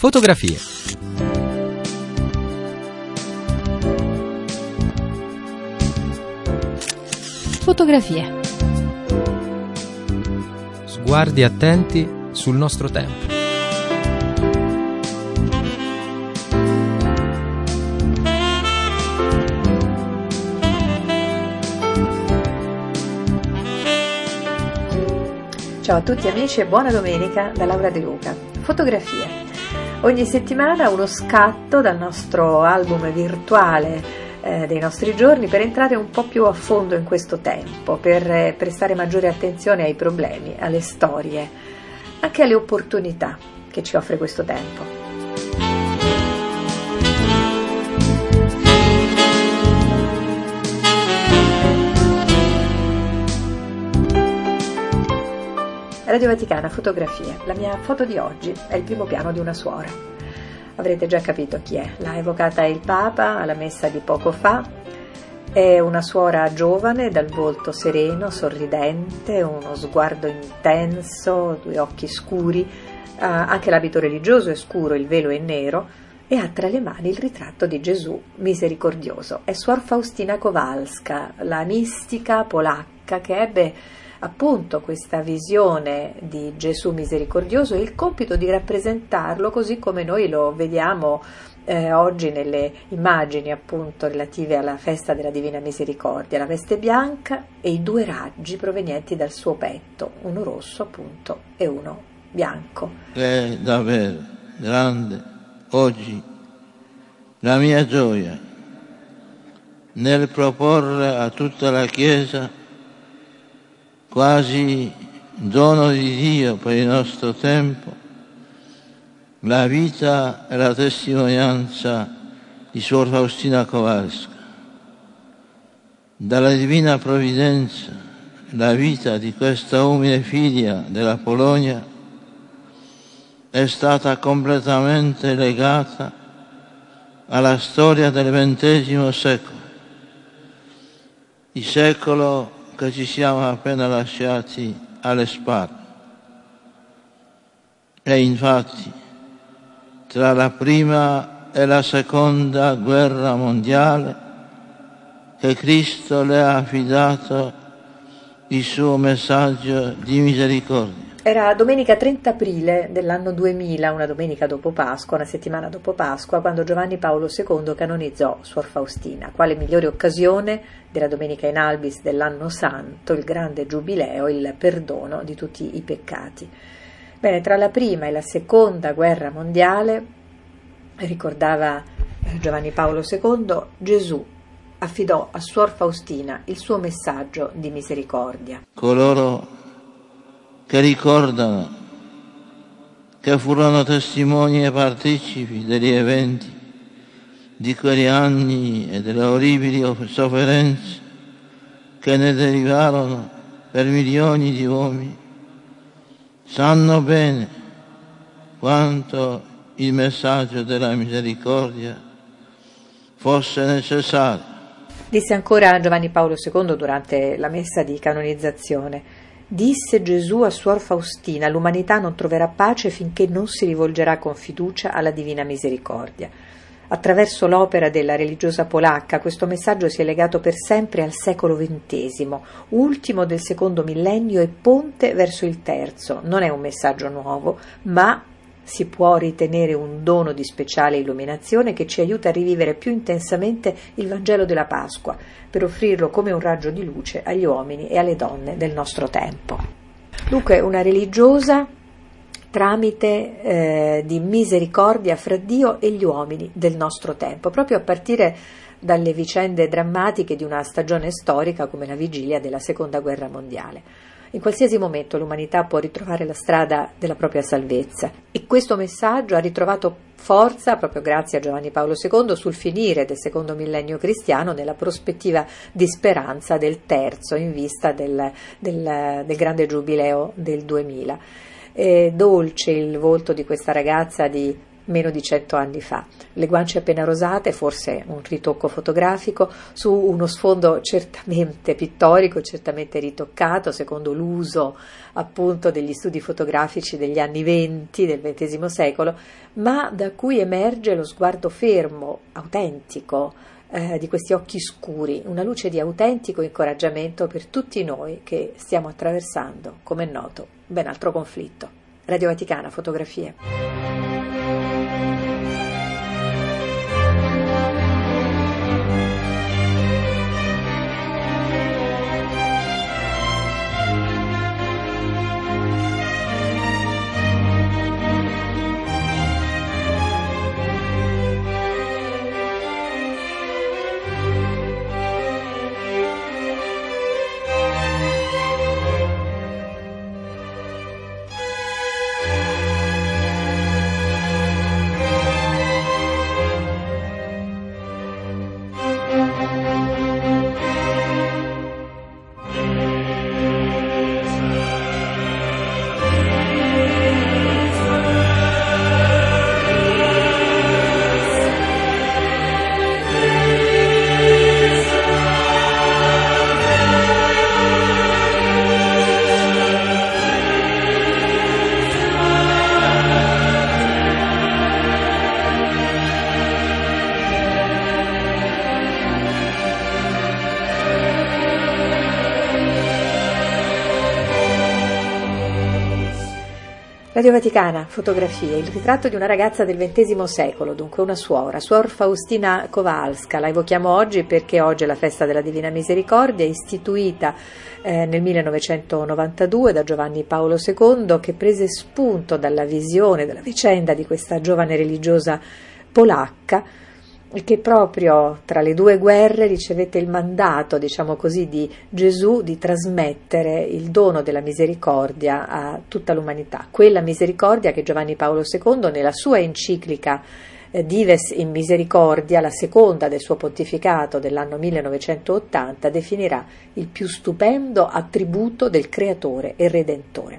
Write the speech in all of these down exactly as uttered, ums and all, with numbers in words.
Fotografie. Fotografie. Sguardi attenti sul nostro tempo. Ciao a tutti amici e buona domenica da Laura De Luca. Fotografie. Ogni settimana uno scatto dal nostro album virtuale eh, dei nostri giorni per entrare un po' più a fondo in questo tempo, per eh, prestare maggiore attenzione ai problemi, alle storie, anche alle opportunità che ci offre questo tempo. Radio Vaticana, fotografie. La mia foto di oggi è il primo piano di una suora. Avrete già capito chi è. L'ha evocata il Papa alla messa di poco fa. È una suora giovane, dal volto sereno, sorridente, uno sguardo intenso, due occhi scuri, ha anche l'abito religioso è scuro, il velo è nero e ha tra le mani il ritratto di Gesù misericordioso. È Suor Faustina Kowalska, la mistica polacca che ebbe appunto questa visione di Gesù misericordioso e il compito di rappresentarlo così come noi lo vediamo eh, oggi nelle immagini appunto relative alla festa della Divina Misericordia, la veste bianca e i due raggi provenienti dal suo petto, uno rosso appunto e uno bianco. È davvero grande oggi la mia gioia nel proporre a tutta la Chiesa quasi dono di Dio per il nostro tempo, la vita e la testimonianza di Suor Faustina Kowalska. Dalla divina provvidenza, la vita di questa umile figlia della Polonia è stata completamente legata alla storia del ventesimo secolo, il secolo che ci siamo appena lasciati alle spalle. E infatti, tra la prima e la seconda guerra mondiale, che Cristo le ha affidato il suo messaggio di misericordia. Era domenica trenta aprile dell'anno duemila, una domenica dopo Pasqua, una settimana dopo Pasqua, quando Giovanni Paolo secondo canonizzò Suor Faustina. Quale migliore occasione della domenica in albis dell'anno santo, il grande giubileo, il perdono di tutti i peccati. Bene, tra la prima e la seconda guerra mondiale, ricordava Giovanni Paolo secondo, Gesù affidò a Suor Faustina il suo messaggio di misericordia. Coloro che ricordano che furono testimoni e partecipi degli eventi di quegli anni e delle orribili sofferenze che ne derivarono per milioni di uomini, sanno bene quanto il messaggio della misericordia fosse necessario. Disse ancora Giovanni Paolo secondo durante la messa di canonizzazione: disse Gesù a Suor Faustina, l'umanità non troverà pace finché non si rivolgerà con fiducia alla Divina Misericordia. Attraverso l'opera della religiosa polacca questo messaggio si è legato per sempre al secolo ventesimo, ultimo del secondo millennio e ponte verso il terzo. Non è un messaggio nuovo, ma si può ritenere un dono di speciale illuminazione che ci aiuta a rivivere più intensamente il Vangelo della Pasqua, per offrirlo come un raggio di luce agli uomini e alle donne del nostro tempo. Dunque, una religiosa tramite eh, di misericordia fra Dio e gli uomini del nostro tempo, proprio a partire dalle vicende drammatiche di una stagione storica come la vigilia della Seconda Guerra Mondiale. In qualsiasi momento l'umanità può ritrovare la strada della propria salvezza e questo messaggio ha ritrovato forza, proprio grazie a Giovanni Paolo secondo, sul finire del secondo millennio cristiano nella prospettiva di speranza del terzo in vista del, del, del grande giubileo del duemila. È dolce il volto di questa ragazza di meno di cento anni fa. Le guance appena rosate, forse un ritocco fotografico, su uno sfondo certamente pittorico, certamente ritoccato, secondo l'uso appunto degli studi fotografici degli anni venti del ventesimo secolo, ma da cui emerge lo sguardo fermo, autentico, eh, di questi occhi scuri, una luce di autentico incoraggiamento per tutti noi che stiamo attraversando, come è noto, ben altro conflitto. Radio Vaticana, fotografie. Radio Vaticana, fotografie, il ritratto di una ragazza del ventesimo secolo, dunque una suora, Suor Faustina Kowalska. La evochiamo oggi perché oggi è la festa della Divina Misericordia, istituita eh, nel millenovecentonovantadue da Giovanni Paolo secondo, che prese spunto dalla visione, dalla vicenda di questa giovane religiosa polacca, che proprio tra le due guerre ricevette il mandato, diciamo così, di Gesù di trasmettere il dono della misericordia a tutta l'umanità, quella misericordia che Giovanni Paolo secondo nella sua enciclica eh, Dives in Misericordia, la seconda del suo pontificato dell'anno millenovecentottanta, definirà il più stupendo attributo del Creatore e Redentore.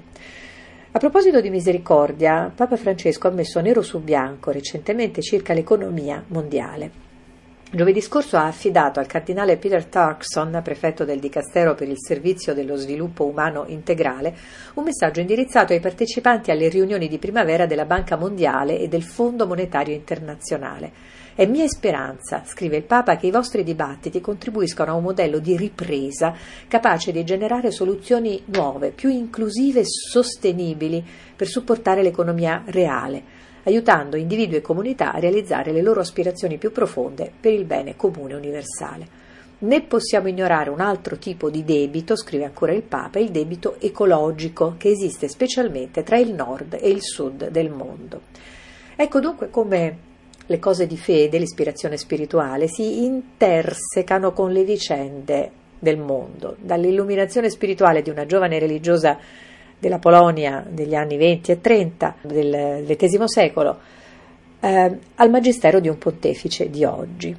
A proposito di misericordia, Papa Francesco ha messo nero su bianco recentemente circa l'economia mondiale. Giovedì scorso ha affidato al cardinale Peter Turkson, prefetto del Dicastero per il Servizio dello Sviluppo Umano Integrale, un messaggio indirizzato ai partecipanti alle riunioni di primavera della Banca Mondiale e del Fondo Monetario Internazionale. È mia speranza, scrive il Papa, che i vostri dibattiti contribuiscano a un modello di ripresa capace di generare soluzioni nuove, più inclusive e sostenibili per supportare l'economia reale, aiutando individui e comunità a realizzare le loro aspirazioni più profonde per il bene comune universale. Né possiamo ignorare un altro tipo di debito, scrive ancora il Papa, il debito ecologico, che esiste specialmente tra il nord e il sud del mondo. Ecco dunque come le cose di fede, l'ispirazione spirituale, si intersecano con le vicende del mondo, dall'illuminazione spirituale di una giovane religiosa della Polonia degli anni venti e trenta del ventesimo secolo eh, al magistero di un pontefice di oggi,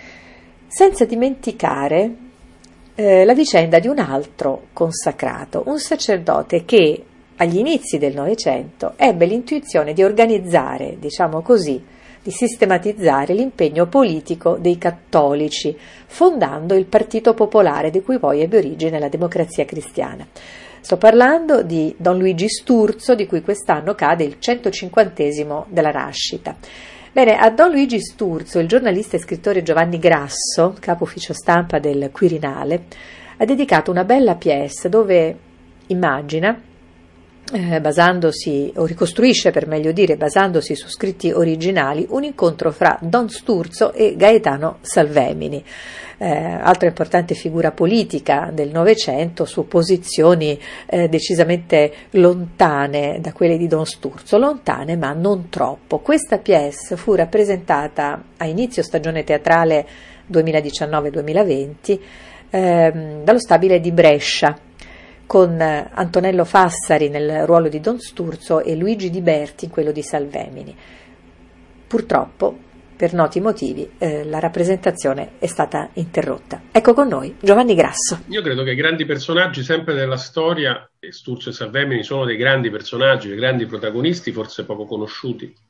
senza dimenticare eh, la vicenda di un altro consacrato, un sacerdote che agli inizi del Novecento ebbe l'intuizione di organizzare, diciamo così, di sistematizzare l'impegno politico dei cattolici, fondando il Partito Popolare, di cui poi ebbe origine la Democrazia Cristiana. Sto parlando di Don Luigi Sturzo, di cui quest'anno cade il centocinquantesimo della nascita. Bene, a Don Luigi Sturzo il giornalista e scrittore Giovanni Grasso, capo ufficio stampa del Quirinale, ha dedicato una bella pièce dove immagina, Eh, basandosi, o ricostruisce per meglio dire, basandosi su scritti originali, un incontro fra Don Sturzo e Gaetano Salvemini, eh, altra importante figura politica del Novecento, su posizioni eh, decisamente lontane da quelle di Don Sturzo, lontane ma non troppo. Questa pièce fu rappresentata a inizio stagione teatrale duemiladiciannove duemilaventi eh, dallo Stabile di Brescia, con Antonello Fassari nel ruolo di Don Sturzo e Luigi Di Berti in quello di Salvemini. Purtroppo, per noti motivi, eh, la rappresentazione è stata interrotta. Ecco con noi Giovanni Grasso. Io credo che i grandi personaggi sempre della storia, e Sturzo e Salvemini sono dei grandi personaggi, dei grandi protagonisti, forse poco conosciuti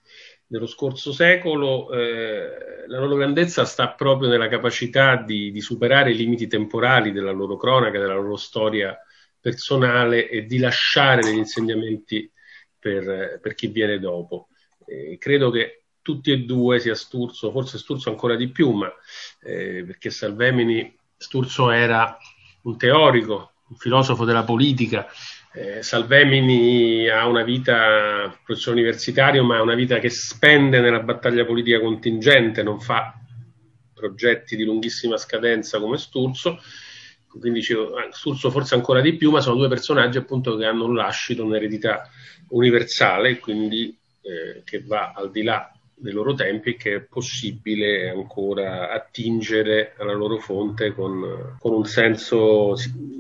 dello scorso secolo, eh, la loro grandezza sta proprio nella capacità di, di superare i limiti temporali della loro cronaca, della loro storia personale e di lasciare degli insegnamenti per, per chi viene dopo. Eh, credo che tutti e due, sia Sturzo, forse Sturzo ancora di più, ma eh, perché Salvemini, Sturzo era un teorico, un filosofo della politica, eh, Salvemini ha una vita, professore universitario, ma ha una vita che spende nella battaglia politica contingente, non fa progetti di lunghissima scadenza come Sturzo, quindi Sturzo forse ancora di più, ma sono due personaggi appunto che hanno un lascito, un'eredità universale, quindi eh, che va al di là dei loro tempi, che è possibile ancora attingere alla loro fonte con, con un senso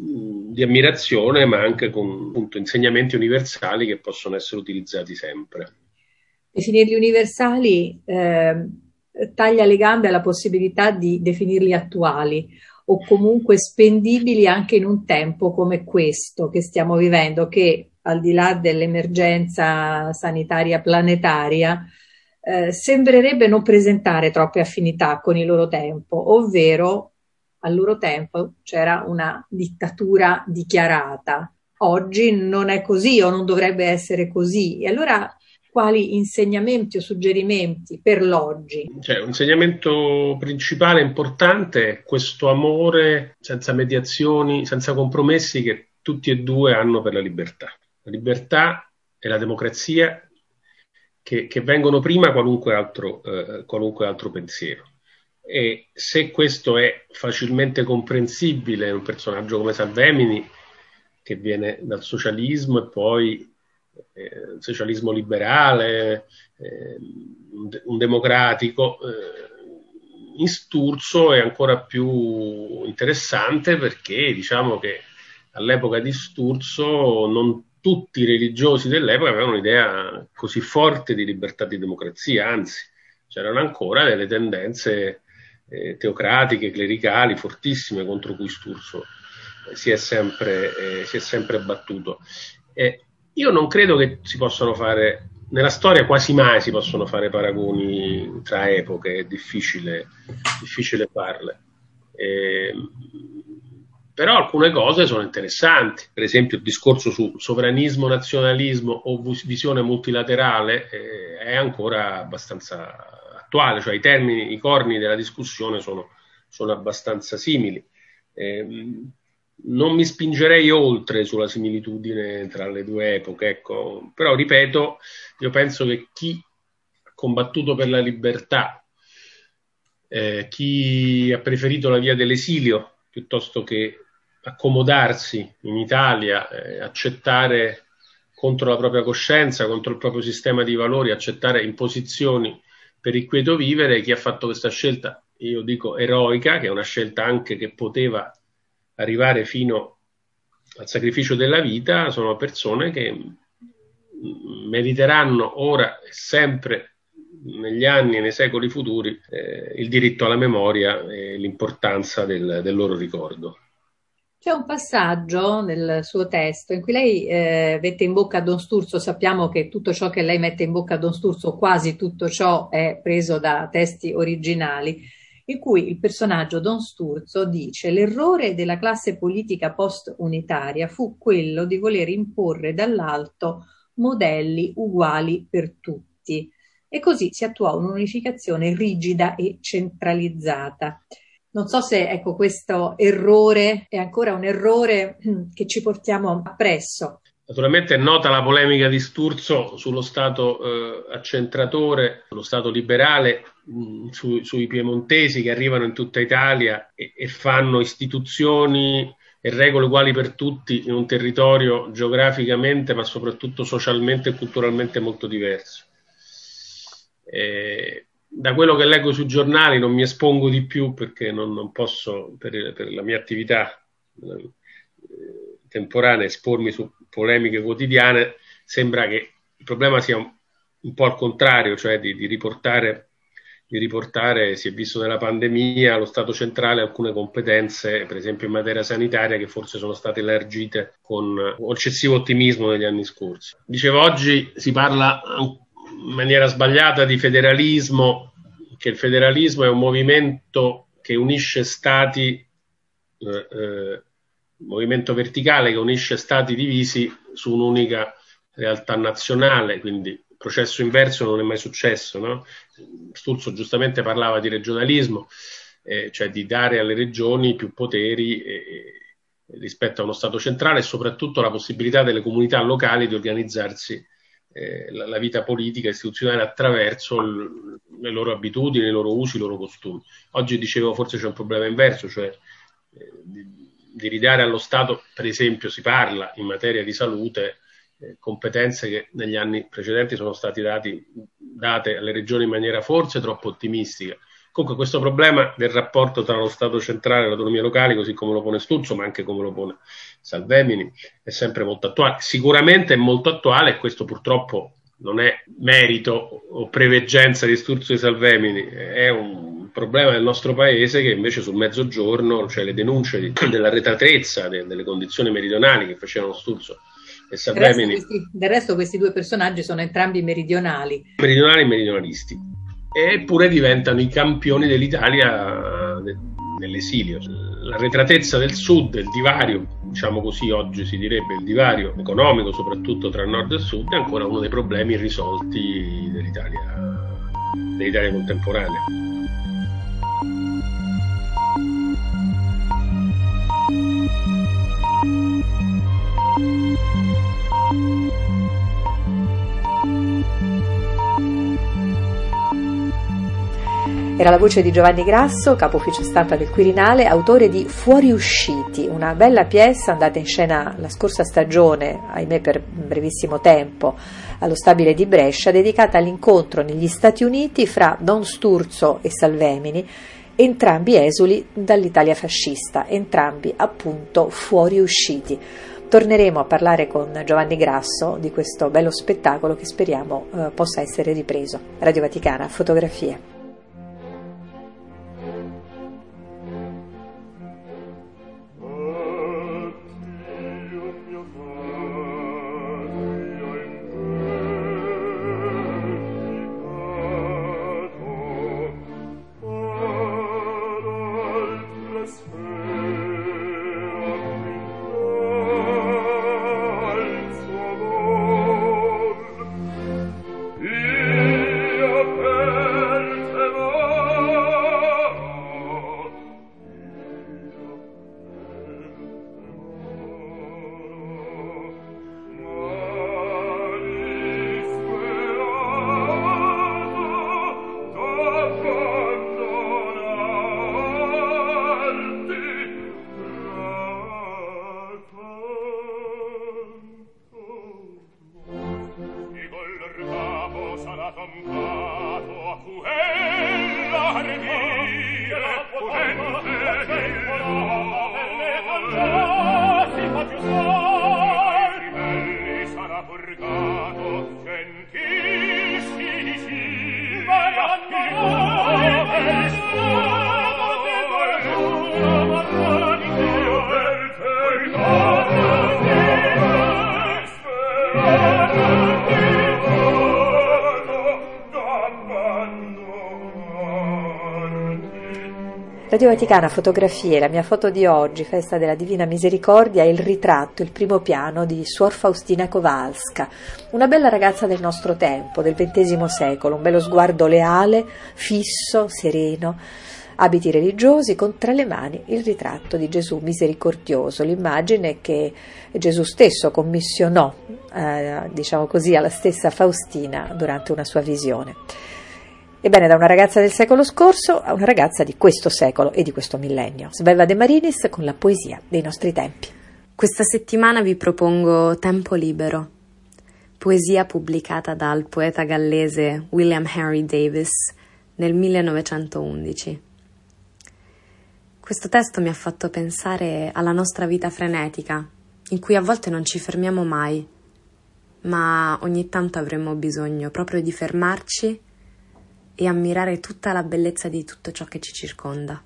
di ammirazione, ma anche con appunto insegnamenti universali che possono essere utilizzati sempre. Definirli universali eh, taglia le gambe alla possibilità di definirli attuali o comunque spendibili anche in un tempo come questo che stiamo vivendo, che al di là dell'emergenza sanitaria planetaria eh, sembrerebbe non presentare troppe affinità con il loro tempo, ovvero al loro tempo c'era una dittatura dichiarata. Oggi non è così o non dovrebbe essere così. E allora quali insegnamenti o suggerimenti per l'oggi? Cioè, un insegnamento principale importante è questo amore senza mediazioni, senza compromessi che tutti e due hanno per la libertà. La libertà e la democrazia che, che vengono prima qualunque altro, eh, qualunque altro pensiero. E se questo è facilmente comprensibile in un personaggio come Salvemini, che viene dal socialismo e poi eh, socialismo liberale, eh, un democratico, eh, in Sturzo è ancora più interessante perché diciamo che all'epoca di Sturzo non tutti i religiosi dell'epoca avevano un'idea così forte di libertà e di democrazia, anzi c'erano ancora delle tendenze eh, teocratiche, clericali, fortissime contro cui Sturzo eh, si, è sempre, eh, si è sempre battuto. Eh, io non credo che si possano fare, nella storia quasi mai si possono fare paragoni tra epoche, è difficile, difficile farle. Eh, Però alcune cose sono interessanti, per esempio il discorso su sovranismo, nazionalismo o visione multilaterale eh, è ancora abbastanza attuale, cioè i termini, i corni della discussione sono, sono abbastanza simili. Eh, non mi spingerei oltre sulla similitudine tra le due epoche, ecco. Però ripeto, io penso che chi ha combattuto per la libertà, eh, chi ha preferito la via dell'esilio piuttosto che accomodarsi in Italia, eh, accettare contro la propria coscienza, contro il proprio sistema di valori, accettare imposizioni per il quieto vivere, chi ha fatto questa scelta, io dico eroica, che è una scelta anche che poteva arrivare fino al sacrificio della vita, sono persone che meriteranno ora e sempre negli anni e nei secoli futuri eh, il diritto alla memoria e l'importanza del, del loro ricordo. C'è un passaggio nel suo testo in cui lei eh, mette in bocca a Don Sturzo. Sappiamo che tutto ciò che lei mette in bocca a Don Sturzo, quasi tutto ciò, è preso da testi originali, in cui il personaggio Don Sturzo dice: l'errore della classe politica post-unitaria fu quello di voler imporre dall'alto modelli uguali per tutti. E così si attuò un'unificazione rigida e centralizzata. Non so se ecco, questo errore è ancora un errore che ci portiamo appresso. Naturalmente è nota la polemica di Sturzo sullo Stato eh, accentratore, sullo Stato liberale, mh, su, sui piemontesi che arrivano in tutta Italia e, e fanno istituzioni e regole uguali per tutti in un territorio geograficamente ma soprattutto socialmente e culturalmente molto diverso. Eh, da quello che leggo sui giornali non mi espongo di più perché non, non posso per, per la mia attività eh, temporanea espormi su polemiche quotidiane. Sembra che il problema sia un, un po' al contrario, cioè di, di riportare di riportare, si è visto nella pandemia, allo Stato centrale alcune competenze, per esempio in materia sanitaria, che forse sono state elargite con eccessivo ottimismo negli anni scorsi. Dicevo, oggi si parla in maniera sbagliata di federalismo, che il federalismo è un movimento che unisce stati, eh, eh, movimento verticale che unisce stati divisi su un'unica realtà nazionale, quindi il processo inverso non è mai successo, no? Sturzo giustamente parlava di regionalismo, eh, cioè di dare alle regioni più poteri eh, rispetto a uno Stato centrale e soprattutto la possibilità delle comunità locali di organizzarsi eh, la, la vita politica e istituzionale attraverso il, le loro abitudini, i loro usi, i loro costumi. Oggi dicevo forse c'è un problema inverso, cioè eh, di, di ridare allo Stato, per esempio si parla in materia di salute, eh, competenze che negli anni precedenti sono state dati, date alle regioni in maniera forse troppo ottimistica. Comunque questo problema del rapporto tra lo Stato centrale e le autonomie locali, così come lo pone Sturzo, ma anche come lo pone Salvemini, è sempre molto attuale. Sicuramente è molto attuale, e questo purtroppo non è merito o preveggenza di Sturzo e di Salvemini, è un problema del nostro paese che invece sul Mezzogiorno, cioè le denunce di, dell'arretratezza, de, delle condizioni meridionali che facevano Sturzo e Salvemini. Del resto, questi, del resto questi due personaggi sono entrambi meridionali. Meridionali e meridionalisti. Eppure diventano i campioni dell'Italia nell'esilio. L'arretratezza del sud, il divario, diciamo così oggi si direbbe, il divario economico soprattutto tra nord e sud, è ancora uno dei problemi irrisolti dell'Italia, dell'Italia contemporanea. Era la voce di Giovanni Grasso, capo ufficio stampa del Quirinale, autore di Fuoriusciti, una bella pièce andata in scena la scorsa stagione, ahimè per un brevissimo tempo, allo Stabile di Brescia, dedicata all'incontro negli Stati Uniti fra Don Sturzo e Salvemini, entrambi esuli dall'Italia fascista, entrambi appunto fuoriusciti. Torneremo a parlare con Giovanni Grasso di questo bello spettacolo che speriamo eh, possa essere ripreso. Radio Vaticana, fotografie. Radio Vaticana, fotografie, la mia foto di oggi, festa della Divina Misericordia, è il ritratto, il primo piano di Suor Faustina Kowalska, una bella ragazza del nostro tempo, del ventesimo secolo, un bello sguardo leale, fisso, sereno, abiti religiosi, con tra le mani il ritratto di Gesù misericordioso, l'immagine che Gesù stesso commissionò, eh, diciamo così, alla stessa Faustina durante una sua visione. Ebbene, da una ragazza del secolo scorso a una ragazza di questo secolo e di questo millennio. Svelva De Marinis con la poesia dei nostri tempi. Questa settimana vi propongo Tempo libero, poesia pubblicata dal poeta gallese William Henry Davis nel millenovecentoundici. Questo testo mi ha fatto pensare alla nostra vita frenetica, in cui a volte non ci fermiamo mai, ma ogni tanto avremmo bisogno proprio di fermarci e ammirare tutta la bellezza di tutto ciò che ci circonda.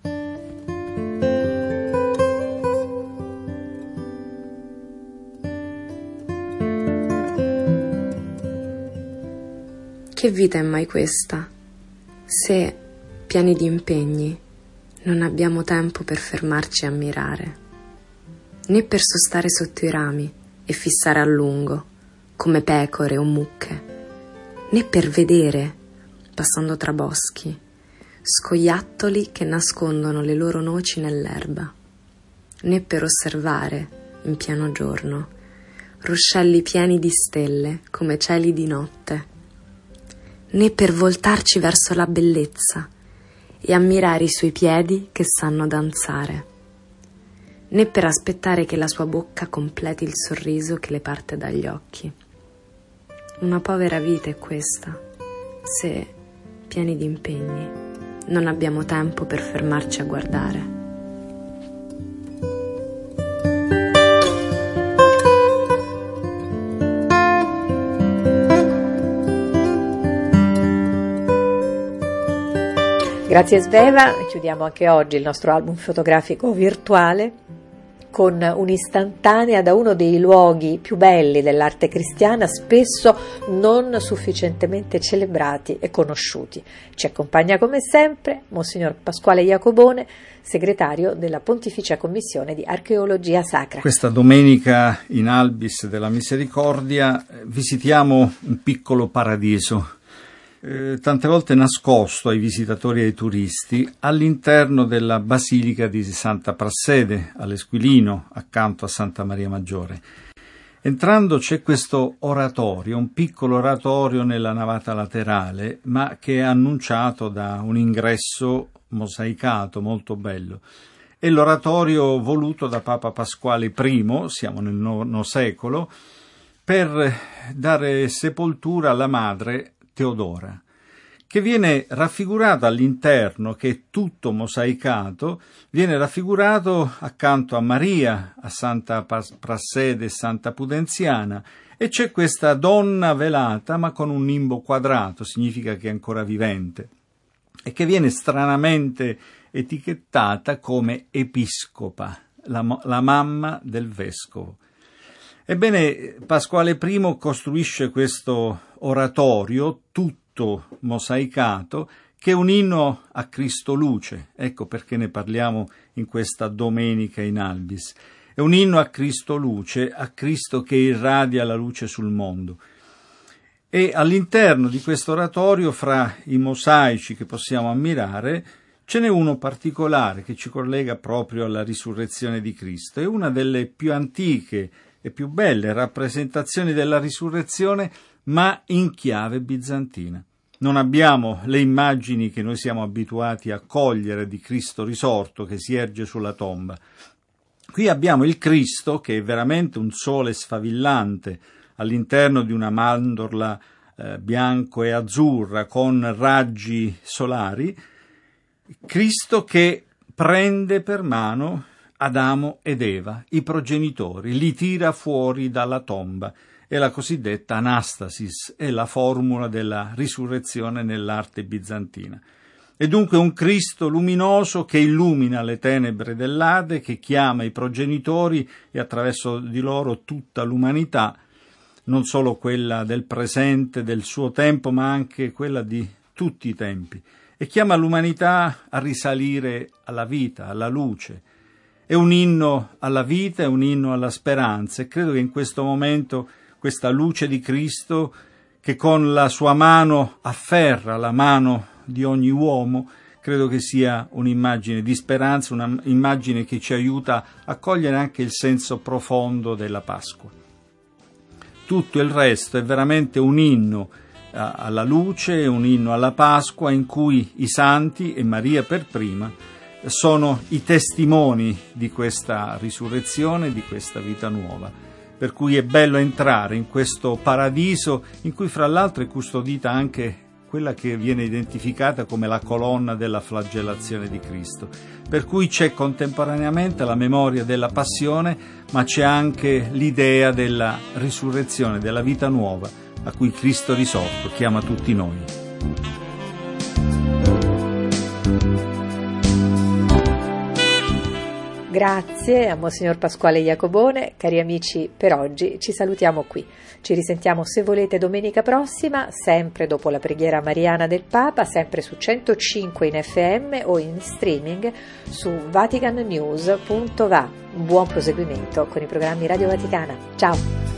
Che vita è mai questa, se, pieni di impegni, non abbiamo tempo per fermarci a ammirare, né per sostare sotto i rami e fissare a lungo, come pecore o mucche, né per vedere, passando tra boschi, scoiattoli che nascondono le loro noci nell'erba, né per osservare, in pieno giorno, ruscelli pieni di stelle come cieli di notte, né per voltarci verso la bellezza e ammirare i suoi piedi che sanno danzare, né per aspettare che la sua bocca completi il sorriso che le parte dagli occhi. Una povera vita è questa, se, pieni di impegni, non abbiamo tempo per fermarci a guardare. Grazie Sveva, chiudiamo anche oggi il nostro album fotografico virtuale con un'istantanea da uno dei luoghi più belli dell'arte cristiana, spesso non sufficientemente celebrati e conosciuti. Ci accompagna come sempre Monsignor Pasquale Iacobone, segretario della Pontificia Commissione di Archeologia Sacra. Questa domenica in Albis della Misericordia visitiamo un piccolo paradiso, Eh, tante volte nascosto ai visitatori e ai turisti all'interno della Basilica di Santa Prassede all'Esquilino, accanto a Santa Maria Maggiore. Entrando c'è questo oratorio, un piccolo oratorio nella navata laterale, ma che è annunciato da un ingresso mosaicato molto bello. È l'oratorio voluto da Papa Pasquale I, siamo nel nono secolo, per dare sepoltura alla madre Teodora, che viene raffigurato all'interno, che è tutto mosaicato, viene raffigurato accanto a Maria, a Santa Prassede e Santa Pudenziana, e c'è questa donna velata ma con un nimbo quadrato, significa che è ancora vivente, e che viene stranamente etichettata come episcopa, la, la mamma del vescovo. Ebbene, Pasquale I costruisce questo oratorio tutto mosaicato, che è un inno a Cristo luce. Ecco perché ne parliamo in questa domenica in Albis. È un inno a Cristo luce, a Cristo che irradia la luce sul mondo. E all'interno di questo oratorio, fra i mosaici che possiamo ammirare, ce n'è uno particolare che ci collega proprio alla risurrezione di Cristo. È una delle più antiche e più belle rappresentazioni della risurrezione, ma in chiave bizantina. Non abbiamo le immagini che noi siamo abituati a cogliere di Cristo risorto che si erge sulla tomba. Qui abbiamo il Cristo, che è veramente un sole sfavillante all'interno di una mandorla eh, bianco e azzurra con raggi solari, Cristo che prende per mano Adamo ed Eva, i progenitori, li tira fuori dalla tomba. È la cosiddetta anastasis, è la formula della risurrezione nell'arte bizantina. È dunque un Cristo luminoso che illumina le tenebre dell'Ade, che chiama i progenitori e attraverso di loro tutta l'umanità, non solo quella del presente, del suo tempo, ma anche quella di tutti i tempi, e chiama l'umanità a risalire alla vita, alla luce. È un inno alla vita, è un inno alla speranza, e credo che in questo momento questa luce di Cristo, che con la sua mano afferra la mano di ogni uomo, credo che sia un'immagine di speranza, un'immagine che ci aiuta a cogliere anche il senso profondo della Pasqua. Tutto il resto è veramente un inno alla luce, un inno alla Pasqua, in cui i santi, e Maria per prima, sono i testimoni di questa risurrezione, di questa vita nuova. Per cui è bello entrare in questo paradiso in cui fra l'altro è custodita anche quella che viene identificata come la colonna della flagellazione di Cristo. Per cui c'è contemporaneamente la memoria della passione, ma c'è anche l'idea della risurrezione, della vita nuova a cui Cristo risorto chiama tutti noi. Grazie a Monsignor Pasquale Iacobone. Cari amici, per oggi ci salutiamo qui. Ci risentiamo, se volete, domenica prossima, sempre dopo la preghiera mariana del Papa, sempre su centocinque in F M o in streaming su vatican news punto va. Buon proseguimento con i programmi Radio Vaticana. Ciao!